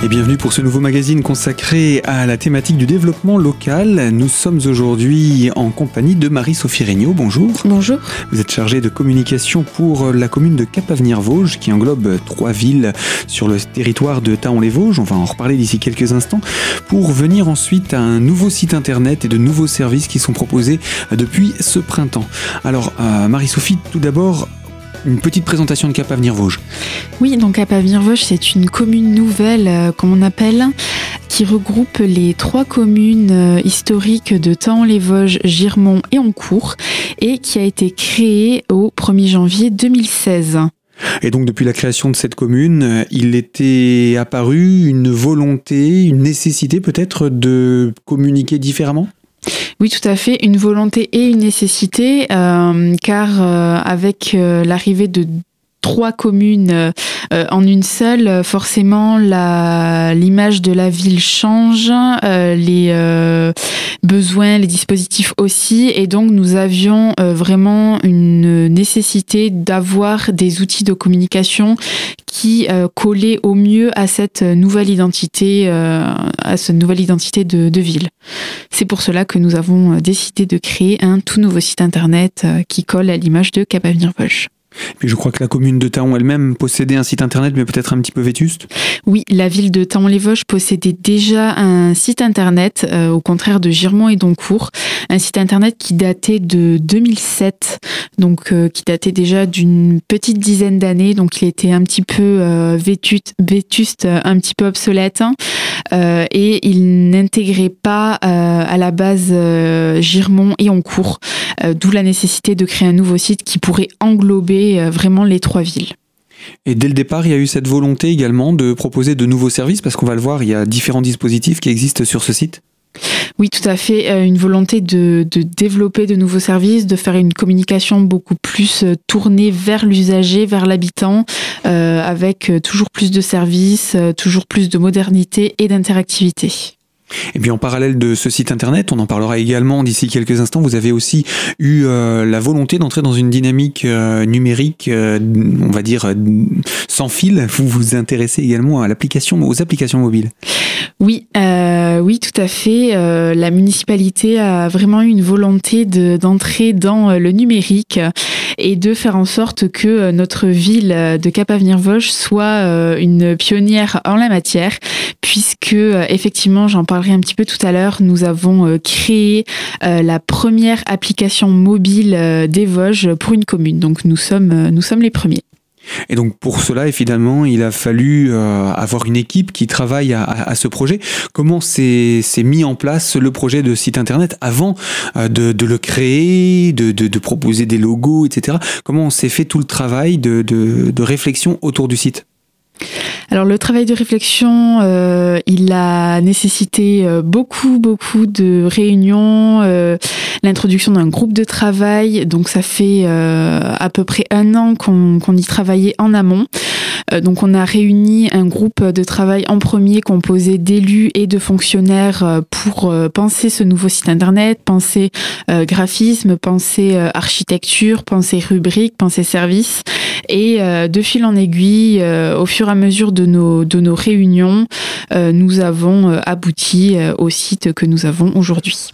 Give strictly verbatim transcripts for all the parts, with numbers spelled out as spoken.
Et bienvenue pour ce nouveau magazine consacré à la thématique du développement local. Nous sommes aujourd'hui en compagnie de Marie-Sophie Regnault. Bonjour. Bonjour. Vous êtes chargée de communication pour la commune de Capavenir-Vosges qui englobe trois villes sur le territoire de Thaon-les-Vosges. On va en reparler d'ici quelques instants pour venir ensuite à un nouveau site internet et de nouveaux services qui sont proposés depuis ce printemps. Alors euh, Marie-Sophie, tout d'abord, une petite présentation de Capavenir-Vosges. Oui, donc Capavenir-Vosges, c'est une commune nouvelle, euh, comme on appelle, qui regroupe les trois communes euh, historiques de Thaon-les-Vosges, Girmont et Ancourt, et qui a été créée au premier janvier deux mille seize. Et donc depuis la création de cette commune, il était apparu une volonté, une nécessité peut-être de communiquer différemment ? Oui, tout à fait, une volonté et une nécessité, euh, car euh, avec euh, l'arrivée de trois communes euh, en une seule, forcément la, l'image de la ville change, euh, les euh, besoins, les dispositifs aussi, et donc nous avions euh, vraiment une nécessité d'avoir des outils de communication qui euh, collaient au mieux à cette nouvelle identité, euh, à cette nouvelle identité de, de ville. C'est pour cela que nous avons décidé de créer un tout nouveau site internet euh, qui colle à l'image de Capavenir-Vosges. Puis je crois que la commune de Thaon elle-même possédait un site internet, mais peut-être un petit peu vétuste. Oui, la ville de Thaon-les-Vosges possédait déjà un site internet, euh, au contraire de Girmont et d'Ancourt. Un site internet qui datait de deux mille sept, donc euh, qui datait déjà d'une petite dizaine d'années. Donc il était un petit peu euh, vétuste, vétuste, un petit peu obsolète. Hein, euh, et il n'intégrait pas euh, à la base euh, Girmont et Ancourt. Euh, d'où la nécessité de créer un nouveau site qui pourrait englober vraiment les trois villes. Et dès le départ, il y a eu cette volonté également de proposer de nouveaux services, parce qu'on va le voir, il y a différents dispositifs qui existent sur ce site. Oui, tout à fait. Une volonté de, de développer de nouveaux services, de faire une communication beaucoup plus tournée vers l'usager, vers l'habitant, euh, avec toujours plus de services, toujours plus de modernité et d'interactivité. Et puis en parallèle de ce site internet, on en parlera également d'ici quelques instants, vous avez aussi eu euh, la volonté d'entrer dans une dynamique euh, numérique, euh, on va dire, euh, sans fil. Vous vous intéressez également à l'application, aux applications mobiles. Oui, euh, oui, tout à fait. Euh, la municipalité a vraiment eu une volonté de, d'entrer dans le numérique et de faire en sorte que notre ville de Capavenir-Vosges soit une pionnière en la matière, puisque effectivement, j'en parlerai un petit peu tout à l'heure, nous avons créé la première application mobile des Vosges pour une commune. Donc nous sommes, nous sommes les premiers. Et donc pour cela, évidemment, il a fallu euh, avoir une équipe qui travaille à, à, à ce projet. Comment s'est, s'est mis en place le projet de site internet avant euh, de, de le créer, de, de, de proposer des logos, et cetera. Comment s'est fait tout le travail de, de, de réflexion autour du site ? Alors le travail de réflexion, euh, il a nécessité euh, beaucoup, beaucoup de réunions, euh, l'introduction d'un groupe de travail. Donc ça fait euh, à peu près un an qu'on, qu'on y travaillait en amont. Euh, donc on a réuni un groupe de travail en premier composé d'élus et de fonctionnaires pour euh, penser ce nouveau site internet, penser euh, graphisme, penser euh, architecture, penser rubrique, penser service. Et euh, de fil en aiguille, euh, au fur et à mesure de nos, de nos réunions, euh, nous avons euh, abouti euh, au site que nous avons aujourd'hui.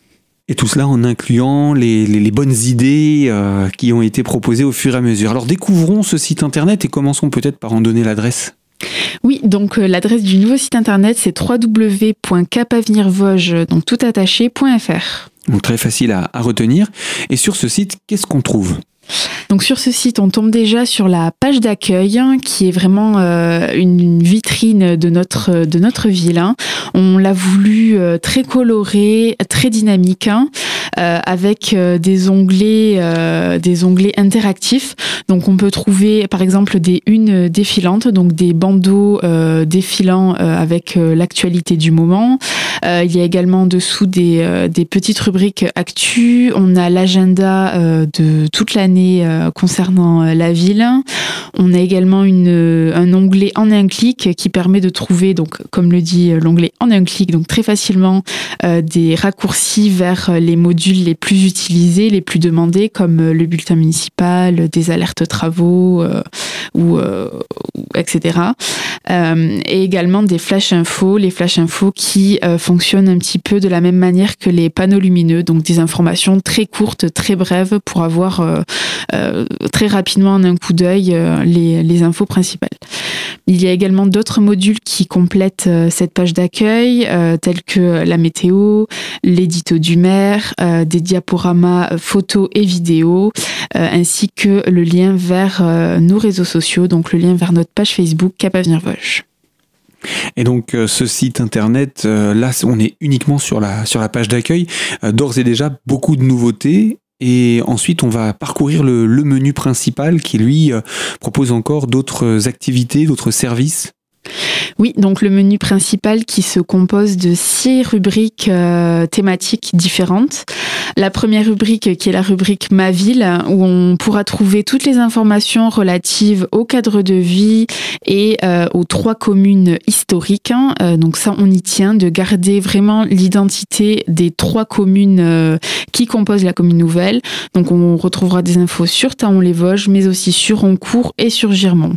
Et tout cela en incluant les, les, les bonnes idées euh, qui ont été proposées au fur et à mesure. Alors découvrons ce site internet et commençons peut-être par en donner l'adresse. Oui, donc euh, l'adresse du nouveau site internet, c'est w w w point capavenirvosges, donc tout attaché, point f r. Donc très facile à, à retenir. Et sur ce site, qu'est-ce qu'on trouve ? Donc sur ce site, on tombe déjà sur la page d'accueil hein, qui est vraiment euh, une vitrine de notre de notre ville. Hein. On l'a voulu euh, très coloré, très dynamique, hein, euh, avec euh, des onglets euh, des onglets interactifs. Donc on peut trouver par exemple des unes défilantes, donc des bandeaux euh, défilants euh, avec euh, l'actualité du moment. Euh, il y a également en dessous des euh, des petites rubriques actu. On a l'agenda euh, de toute l'année concernant la ville. On a également une, un onglet en un clic qui permet de trouver, donc, comme le dit l'onglet en un clic, donc très facilement euh, des raccourcis vers les modules modules les plus utilisés, les plus demandés, comme le bulletin municipal, des alertes travaux, euh, ou, euh, et cetera. Euh, et également des flash infos, les flash infos qui euh, fonctionnent un petit peu de la même manière que les panneaux lumineux, donc des informations très courtes, très brèves pour avoir euh, euh, très rapidement en un coup d'œil euh, les, les infos principales. Il y a également d'autres modules qui complètent euh, cette page d'accueil, euh, tels que la météo, l'édito du maire, euh, des diaporamas photos et vidéos, euh, ainsi que le lien vers euh, nos réseaux sociaux, donc le lien vers notre page Facebook Cap Avenir Vosges. Et donc euh, ce site internet, euh, là on est uniquement sur la, sur la page d'accueil, euh, d'ores et déjà beaucoup de nouveautés. Et ensuite, on va parcourir le, le menu principal qui, lui, euh, propose encore d'autres activités, d'autres services. Oui, donc le menu principal qui se compose de six rubriques euh, thématiques différentes. La première rubrique qui est la rubrique Ma Ville, où on pourra trouver toutes les informations relatives au cadre de vie et euh, aux trois communes historiques. Euh, donc ça, on y tient de garder vraiment l'identité des trois communes euh, qui composent la commune nouvelle. Donc on retrouvera des infos sur Thaon-les-Vosges, mais aussi sur Roncourt et sur Girmont.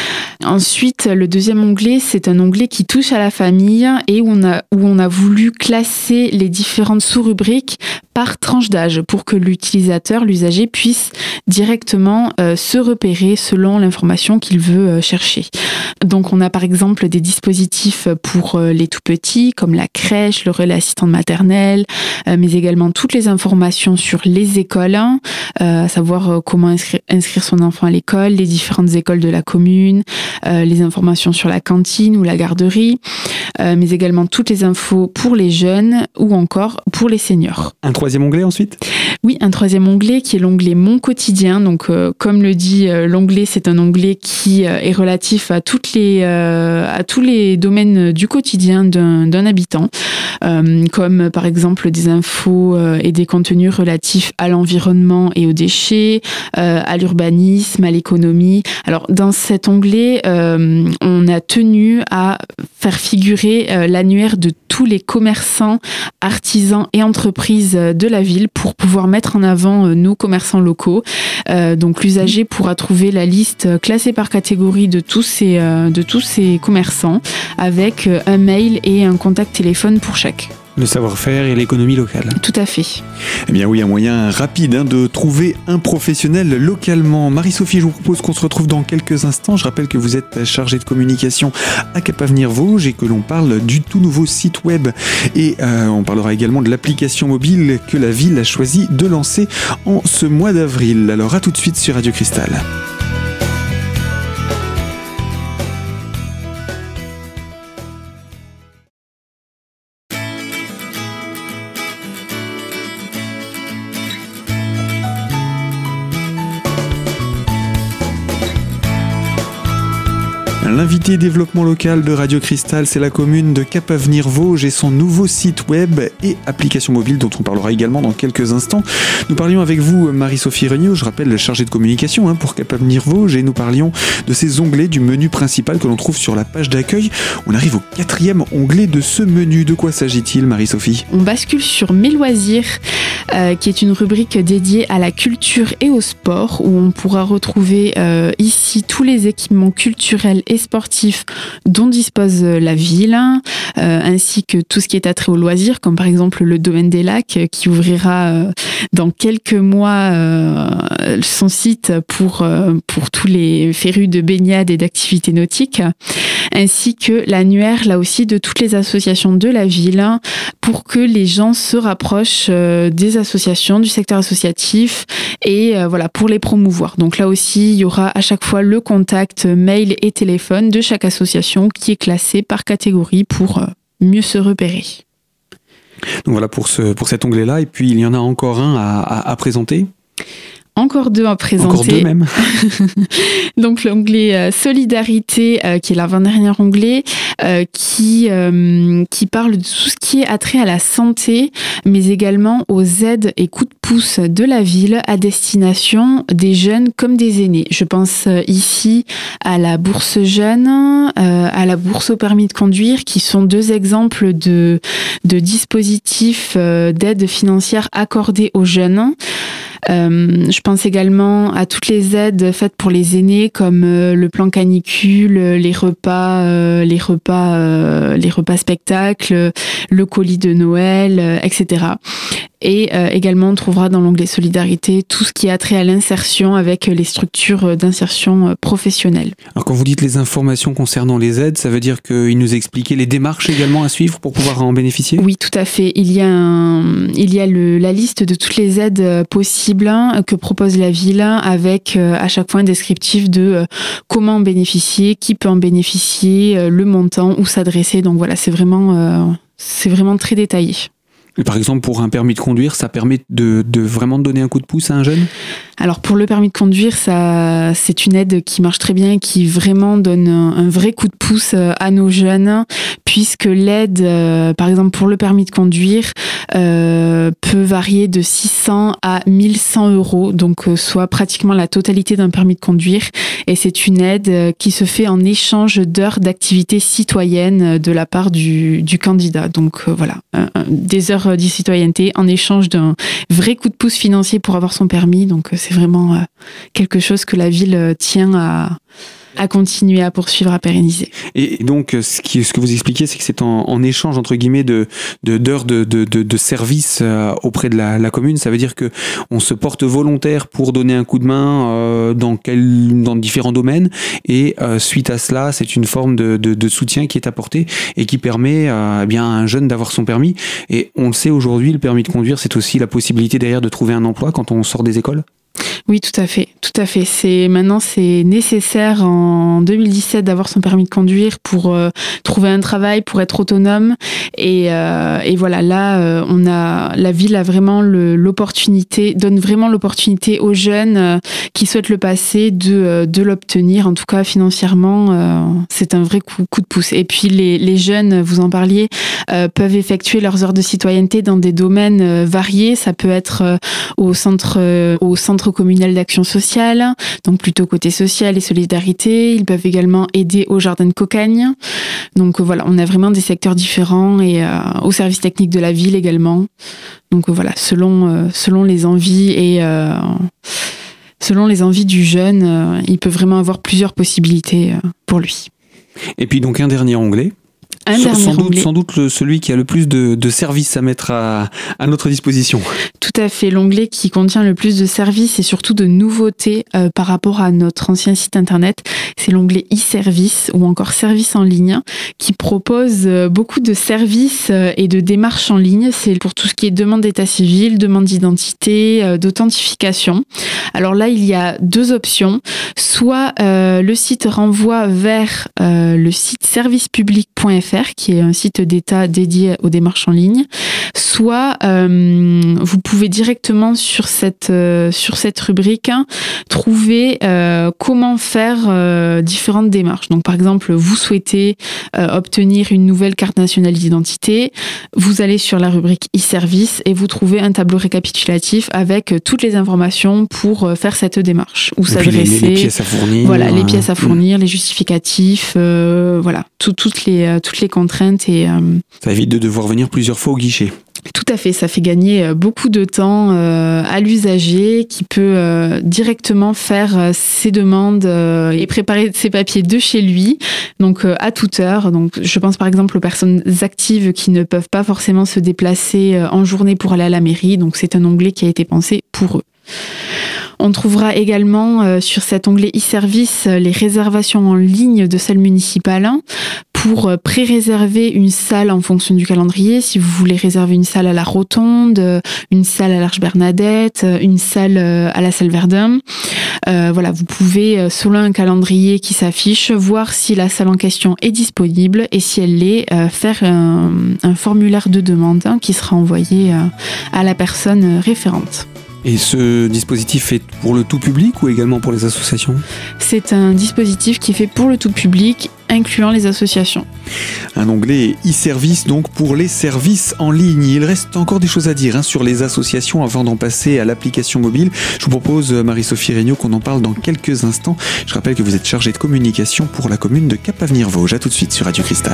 Ensuite, le deuxième onglet, c'est un onglet qui touche à la famille et où on a, où on a voulu classer les différentes sous-rubriques par tranche d'âge pour que l'utilisateur, l'usager, puisse directement euh, se repérer selon l'information qu'il veut euh, chercher. Donc on a par exemple des dispositifs pour euh, les tout petits, comme la crèche, le relais assistant maternelle, euh, mais également toutes les informations sur les écoles, euh, à savoir euh, comment inscrire, inscrire son enfant à l'école, les différentes écoles de la commune, euh, les informations sur la cantine ou la garderie, euh, mais également toutes les infos pour les jeunes ou encore pour les seniors. Un troisième onglet ensuite ? Oui, un troisième onglet qui est l'onglet Mon quotidien. Donc, euh, comme le dit euh, l'onglet, c'est un onglet qui euh, est relatif à toutes les euh, à tous les domaines du quotidien d'un, d'un habitant, euh, comme par exemple des infos euh, et des contenus relatifs à l'environnement et aux déchets, euh, à l'urbanisme, à l'économie. Alors, dans cet onglet, euh, on a tenu à faire figurer euh, l'annuaire de tous les commerçants, artisans et entreprises de la ville pour pouvoir mettre en avant nos commerçants locaux. Euh, donc l'usager pourra trouver la liste classée par catégorie de tous ces, euh, de tous ces commerçants avec un mail et un contact téléphone pour chaque. Le savoir-faire et l'économie locale. Tout à fait. Eh bien oui, un moyen rapide hein, de trouver un professionnel localement. Marie-Sophie, je vous propose qu'on se retrouve dans quelques instants. Je rappelle que vous êtes chargée de communication à Cap Avenir Vosges et que l'on parle du tout nouveau site web. Et euh, on parlera également de l'application mobile que la ville a choisi de lancer en ce mois d'avril. Alors à tout de suite sur Radio Cristal. L'invité développement local de Radio Cristal, c'est la commune de Cap Avenir Vosges et son nouveau site web et application mobile dont on parlera également dans quelques instants. Nous parlions avec vous, Marie-Sophie Regnault, je rappelle, chargée de communication hein, pour Cap Avenir Vosges, et nous parlions de ces onglets du menu principal que l'on trouve sur la page d'accueil. On arrive au quatrième onglet de ce menu. De quoi s'agit-il, Marie-Sophie ? On bascule sur Mes loisirs, euh, qui est une rubrique dédiée à la culture et au sport, où on pourra retrouver euh, ici tous les équipements culturels et sportifs dont dispose la ville, euh, ainsi que tout ce qui est attrait aux loisirs, comme par exemple le domaine des lacs, qui ouvrira euh, dans quelques mois euh, son site pour, euh, pour tous les férus de baignade et d'activités nautiques, ainsi que l'annuaire, là aussi, de toutes les associations de la ville, pour que les gens se rapprochent euh, des associations, du secteur associatif, et euh, voilà, pour les promouvoir. Donc là aussi, il y aura à chaque fois le contact mail et téléphone de chaque association qui est classée par catégorie pour euh, mieux se repérer. Donc voilà pour, ce, pour cet onglet-là. Et puis il y en a encore un à, à, à présenter. encore deux à présenter. Encore deux même. Donc l'onglet euh, Solidarité, euh, qui est l'avant-dernier onglet, euh, qui, euh, qui parle de tout ce qui est attrait à la santé, mais également aux aides et coups de pouce de la ville à destination des jeunes comme des aînés. Je pense euh, ici à la bourse jeune, euh, à la bourse au permis de conduire, qui sont deux exemples de, de dispositifs euh, d'aide financière accordés aux jeunes. Euh, je pense également à toutes les aides faites pour les aînés, comme euh, le plan canicule, les repas, euh, les repas, euh, les repas spectacles, le colis de Noël, euh, et cetera. Et euh, également, on trouvera dans l'onglet Solidarité tout ce qui a trait à l'insertion avec les structures d'insertion professionnelle. Alors quand vous dites les informations concernant les aides, ça veut dire qu'il nous expliquait les démarches également à suivre pour pouvoir en bénéficier ? Oui, tout à fait. Il y a, un, il y a le, la liste de toutes les aides possibles que propose la ville, avec à chaque fois un descriptif de comment en bénéficier, qui peut en bénéficier, le montant, où s'adresser. Donc voilà, c'est vraiment, euh, c'est vraiment très détaillé. Et par exemple, pour un permis de conduire, ça permet de, de vraiment donner un coup de pouce à un jeune ? Alors pour le permis de conduire, ça, c'est une aide qui marche très bien, qui vraiment donne un, un vrai coup de pouce à nos jeunes, puisque l'aide, euh, par exemple pour le permis de conduire, euh, peut varier de six cents à mille cent euros, donc euh, soit pratiquement la totalité d'un permis de conduire. Et c'est une aide euh, qui se fait en échange d'heures d'activité citoyenne de la part du, du candidat. Donc euh, voilà, un, un, des heures de citoyenneté en échange d'un vrai coup de pouce financier pour avoir son permis. Donc c'est vraiment euh, quelque chose que la ville tient à, à continuer à poursuivre, à pérenniser. Et donc ce, qui, ce que vous expliquez, c'est que c'est en, en échange entre guillemets de, de, d'heures de, de, de, de service euh, auprès de la, la commune. Ça veut dire que on se porte volontaire pour donner un coup de main euh, dans, quel, dans différents domaines, et euh, suite à cela, c'est une forme de, de, de soutien qui est apporté et qui permet euh, bien à un jeune d'avoir son permis. Et on le sait aujourd'hui, le permis de conduire, c'est aussi la possibilité derrière de trouver un emploi quand on sort des écoles. Oui, tout à fait, tout à fait. C'est maintenant c'est nécessaire en deux mille dix-sept d'avoir son permis de conduire pour euh, trouver un travail, pour être autonome. Et, euh, et voilà, là, euh, on a la ville a vraiment le, l'opportunité, donne vraiment l'opportunité aux jeunes euh, qui souhaitent le passer de euh, de l'obtenir. En tout cas, financièrement, euh, c'est un vrai coup, coup de pouce. Et puis les les jeunes, vous en parliez, euh, peuvent effectuer leurs heures de citoyenneté dans des domaines euh, variés. Ça peut être euh, au centre euh, au centre communal d'action sociale, donc plutôt côté social et solidarité. Ils peuvent également aider au jardin de Cocagne. Donc voilà, on a vraiment des secteurs différents, et euh, au service technique de la ville également. Donc voilà, selon euh, selon les envies et euh, selon les envies du jeune, euh, il peut vraiment avoir plusieurs possibilités euh, pour lui. Et puis donc un dernier onglet. Un sans, dernier sans doute, onglet. sans doute le, celui qui a le plus de, de services à mettre à, à notre disposition. Tout à fait, l'onglet qui contient le plus de services et surtout de nouveautés euh, par rapport à notre ancien site internet, c'est l'onglet e-service ou encore services en ligne, qui propose euh, beaucoup de services euh, et de démarches en ligne. C'est pour tout ce qui est demande d'état civil, demande d'identité, euh, d'authentification. Alors là, il y a deux options. Soit euh, le site renvoie vers euh, le site service public point f r, qui est un site d'État dédié aux démarches en ligne, soit euh, vous pouvez directement sur cette euh, sur cette rubrique hein, trouver euh, comment faire euh, différentes démarches. Donc par exemple, vous souhaitez euh, obtenir une nouvelle carte nationale d'identité, vous allez sur la rubrique e-service et vous trouvez un tableau récapitulatif avec toutes les informations pour euh, faire cette démarche ou s'adresser. Les, les pièces à fournir. Voilà, les pièces à fournir, mmh. les justificatifs, euh, voilà, tout, toutes les euh, toutes les contraintes et euh, ça évite de devoir venir plusieurs fois au guichet. Tout à fait, ça fait gagner beaucoup de temps euh, à l'usager qui peut euh, directement faire euh, ses demandes euh, et préparer ses papiers de chez lui, donc euh, à toute heure. Donc, je pense par exemple aux personnes actives qui ne peuvent pas forcément se déplacer euh, en journée pour aller à la mairie. Donc, c'est un onglet qui a été pensé pour eux. On trouvera également euh, sur cet onglet e-service les réservations en ligne de salles municipales pour euh, pré-réserver une salle en fonction du calendrier. Si vous voulez réserver une salle à la Rotonde, une salle à l'Arche Bernadette, une salle euh, à la salle Verdun, euh, voilà, vous pouvez, euh, selon un calendrier qui s'affiche, voir si la salle en question est disponible et si elle l'est, euh, faire un, un formulaire de demande hein, qui sera envoyé euh, à la personne référente. Et ce dispositif est pour le tout public ou également pour les associations ? C'est un dispositif qui est fait pour le tout public, incluant les associations. Un onglet e-service donc pour les services en ligne. Il reste encore des choses à dire hein, sur les associations avant d'en passer à l'application mobile. Je vous propose, Marie-Sophie Regnault, qu'on en parle dans quelques instants. Je rappelle que vous êtes chargée de communication pour la commune de Cap-Avenir-Vosges. À tout de suite sur Radio Cristal.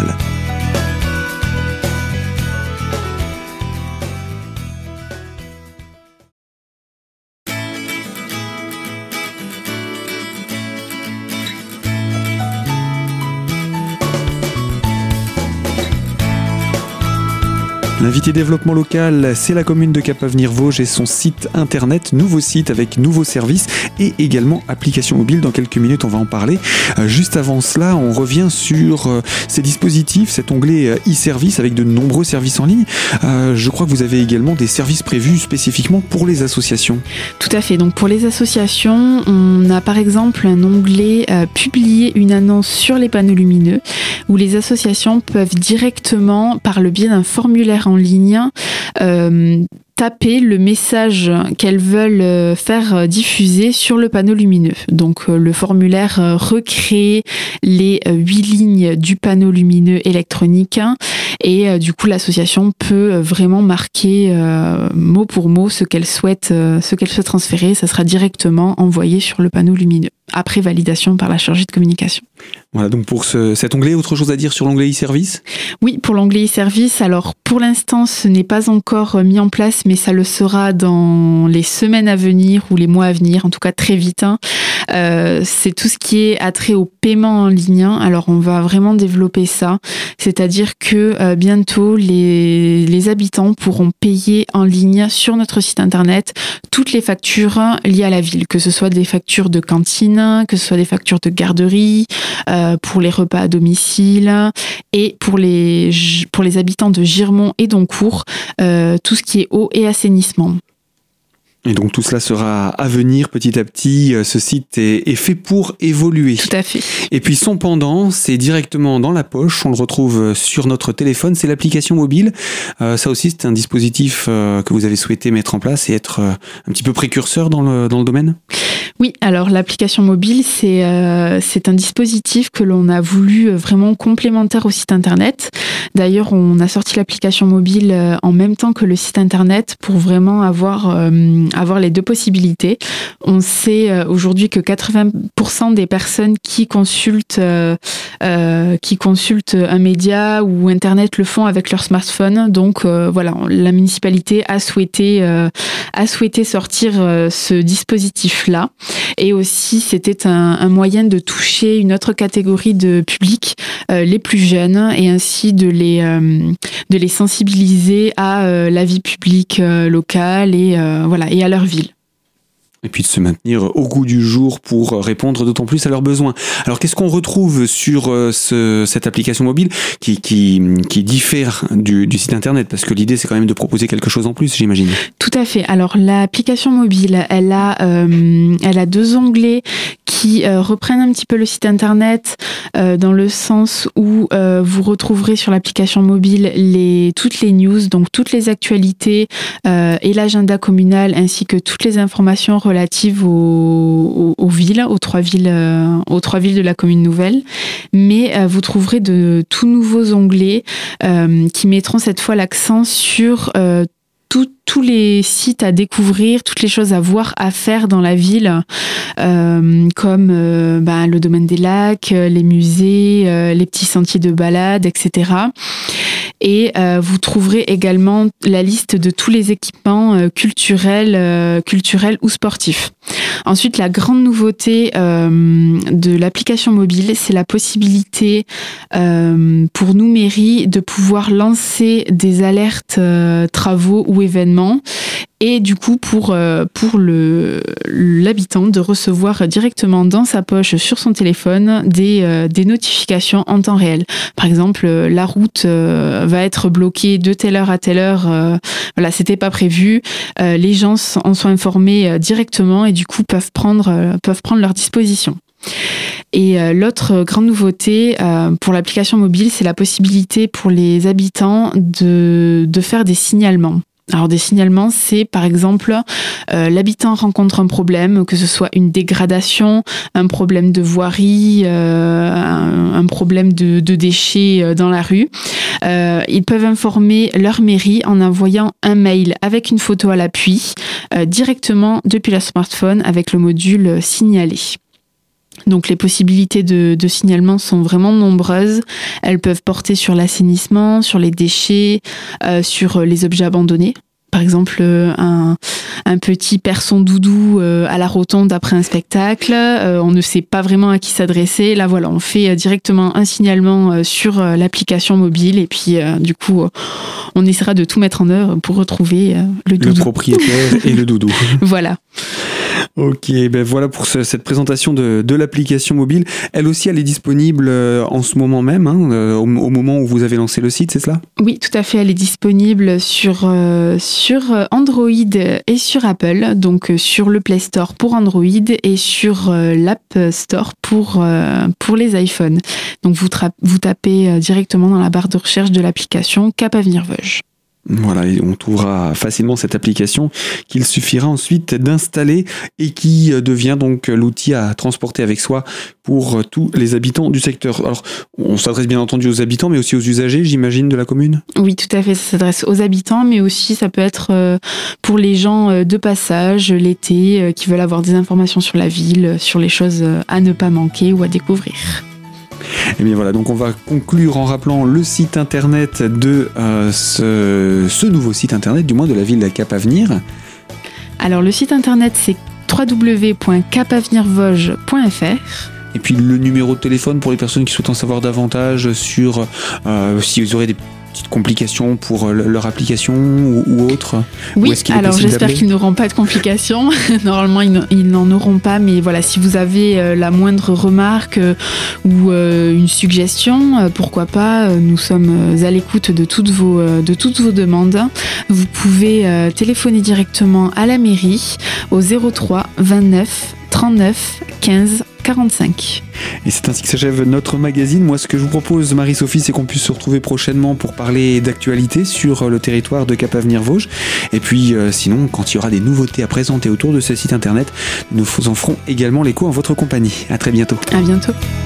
L'invité développement local, c'est la commune de Cap-Avenir-Vosges et son site internet, nouveau site avec nouveaux services et également application mobile. Dans quelques minutes, on va en parler. Euh, juste avant cela, on revient sur euh, ces dispositifs, cet onglet euh, e-service avec de nombreux services en ligne. Euh, je crois que vous avez également des services prévus spécifiquement pour les associations. Tout à fait. Donc pour les associations, on a par exemple un onglet euh, publier une annonce sur les panneaux lumineux où les associations peuvent directement, par le biais d'un formulaire en ligne, euh, taper le message qu'elles veulent faire diffuser sur le panneau lumineux. Donc le formulaire recrée les huit lignes du panneau lumineux électronique et du coup l'association peut vraiment marquer euh, mot pour mot ce qu'elle souhaite, ce qu'elle souhaite transférer. Ça sera directement envoyé sur le panneau lumineux après validation par la chargée de communication. Voilà donc pour ce, cet onglet, autre chose à dire sur l'onglet e-service ? Oui, pour l'onglet e-service, alors pour l'instant ce n'est pas encore mis en place, mais ça le sera dans les semaines à venir ou les mois à venir, en tout cas très vite. Hein. Euh, c'est tout ce qui est attrait au paiement en ligne. Alors on va vraiment développer ça, c'est-à-dire que euh, bientôt les, les habitants pourront payer en ligne sur notre site internet toutes les factures liées à la ville, que ce soit des factures de cantine, que ce soit des factures de garderie, euh, pour les repas à domicile et pour les, pour les habitants de Girmont et d'Oncourt, euh, tout ce qui est eau et assainissement. Et donc tout cela sera à venir petit à petit. Ce site est, est fait pour évoluer. Tout à fait. Et puis son pendant, c'est directement dans la poche. On le retrouve sur notre téléphone. C'est l'application mobile. Euh, ça aussi, c'est un dispositif euh, que vous avez souhaité mettre en place et être euh, un petit peu précurseur dans le, dans le domaine ? Oui, alors l'application mobile, c'est, euh, c'est un dispositif que l'on a voulu vraiment complémentaire au site internet. D'ailleurs, on a sorti l'application mobile en même temps que le site internet pour vraiment avoir, euh, avoir les deux possibilités. On sait euh, aujourd'hui que quatre-vingts pour cent des personnes qui consultent, euh, euh, qui consultent un média ou internet le font avec leur smartphone. Donc euh, voilà, la municipalité a souhaité, euh, a souhaité sortir euh, ce dispositif-là. Et aussi, c'était un, un moyen de toucher une autre catégorie de public, euh, les plus jeunes, et ainsi de les, euh, de les sensibiliser à euh, la vie publique euh, locale et, euh, voilà, et à leur ville. Et puis de se maintenir au goût du jour pour répondre d'autant plus à leurs besoins. Alors qu'est-ce qu'on retrouve sur ce, cette application mobile qui, qui, qui diffère du, du site internet ? Parce que l'idée c'est quand même de proposer quelque chose en plus, j'imagine. Tout à fait. Alors l'application mobile, elle a, euh, elle a deux onglets qui euh, reprennent un petit peu le site internet euh, dans le sens où euh, vous retrouverez sur l'application mobile les, toutes les news, donc toutes les actualités euh, et l'agenda communal ainsi que toutes les informations relatives aux, aux, aux villes, aux trois villes, euh, aux trois villes de la commune nouvelle. Mais euh, vous trouverez de tout nouveaux onglets euh, qui mettront cette fois l'accent sur euh, Tout, tous les sites à découvrir, toutes les choses à voir, à faire dans la ville, euh, comme euh, bah, le domaine des lacs, les musées, euh, les petits sentiers de balade, et cetera. Et euh, vous trouverez également la liste de tous les équipements euh, culturels, euh, culturels ou sportifs. Ensuite, la grande nouveauté euh, de l'application mobile, c'est la possibilité euh, pour nous, mairie, de pouvoir lancer des alertes euh, travaux ou événements et du coup pour, euh, pour le, l'habitant de recevoir directement dans sa poche sur son téléphone des, euh, des notifications en temps réel. Par exemple, la route euh, va être bloquée de telle heure à telle heure, euh, voilà, c'était pas prévu, euh, les gens en sont informés euh, directement et du coup peuvent prendre, euh, peuvent prendre leur disposition. Et euh, l'autre grande nouveauté euh, pour l'application mobile, c'est la possibilité pour les habitants de, de faire des signalements. Alors des signalements, c'est par exemple euh, l'habitant rencontre un problème, que ce soit une dégradation, un problème de voirie, euh, un, un problème de, de déchets dans la rue. Euh, ils peuvent informer leur mairie en envoyant un mail avec une photo à l'appui, euh, directement depuis leur smartphone avec le module signaler. Donc les possibilités de, de signalement sont vraiment nombreuses. Elles peuvent porter sur l'assainissement, sur les déchets, euh, sur les objets abandonnés. Par exemple, un, un petit person doudou euh, à la rotonde après un spectacle, euh, on ne sait pas vraiment à qui s'adresser. Là, voilà, on fait directement un signalement euh, sur euh, l'application mobile et puis euh, du coup, euh, on essaiera de tout mettre en œuvre pour retrouver euh, le doudou. Le propriétaire et le doudou. Voilà. Ok, ben voilà pour ce, cette présentation de, de l'application mobile. Elle aussi, elle est disponible en ce moment même, hein, au, au moment où vous avez lancé le site, c'est cela ? Oui, tout à fait. Elle est disponible sur, euh, sur Android et sur Apple, donc euh, sur le Play Store pour Android et sur euh, l'App Store pour, euh, pour les iPhones. Donc vous, tra- vous tapez directement dans la barre de recherche de l'application Cap Avenir Vosges. Voilà, et on trouvera facilement cette application qu'il suffira ensuite d'installer et qui devient donc l'outil à transporter avec soi pour tous les habitants du secteur. Alors, on s'adresse bien entendu aux habitants, mais aussi aux usagers, j'imagine, de la commune ? Oui, tout à fait, ça s'adresse aux habitants, mais aussi ça peut être pour les gens de passage l'été qui veulent avoir des informations sur la ville, sur les choses à ne pas manquer ou à découvrir. Et bien voilà, donc on va conclure en rappelant le site internet de euh, ce, ce nouveau site internet, du moins de la ville de Cap Avenir. Alors le site internet c'est w w w point cap avenir vosges point f r. Et puis le numéro de téléphone pour les personnes qui souhaitent en savoir davantage sur euh, si vous aurez des petites complications pour leur application ou, ou autre. Oui, alors j'espère qu'ils n'auront pas de complications. Normalement, ils, ils n'en auront pas, mais voilà, si vous avez euh, la moindre remarque euh, ou euh, une suggestion, euh, pourquoi pas, euh, nous sommes à l'écoute de toutes vos, euh, de toutes vos demandes. Vous pouvez euh, téléphoner directement à la mairie au zéro trois vingt-neuf trente-neuf quinze quarante-cinq. Et c'est ainsi que s'achève notre magazine. Moi, ce que je vous propose, Marie-Sophie, c'est qu'on puisse se retrouver prochainement pour parler d'actualité sur le territoire de Cap Avenir Vosges. Et puis, euh, sinon, quand il y aura des nouveautés à présenter autour de ce site internet, nous vous en ferons également l'écho en votre compagnie. À très bientôt. À bientôt.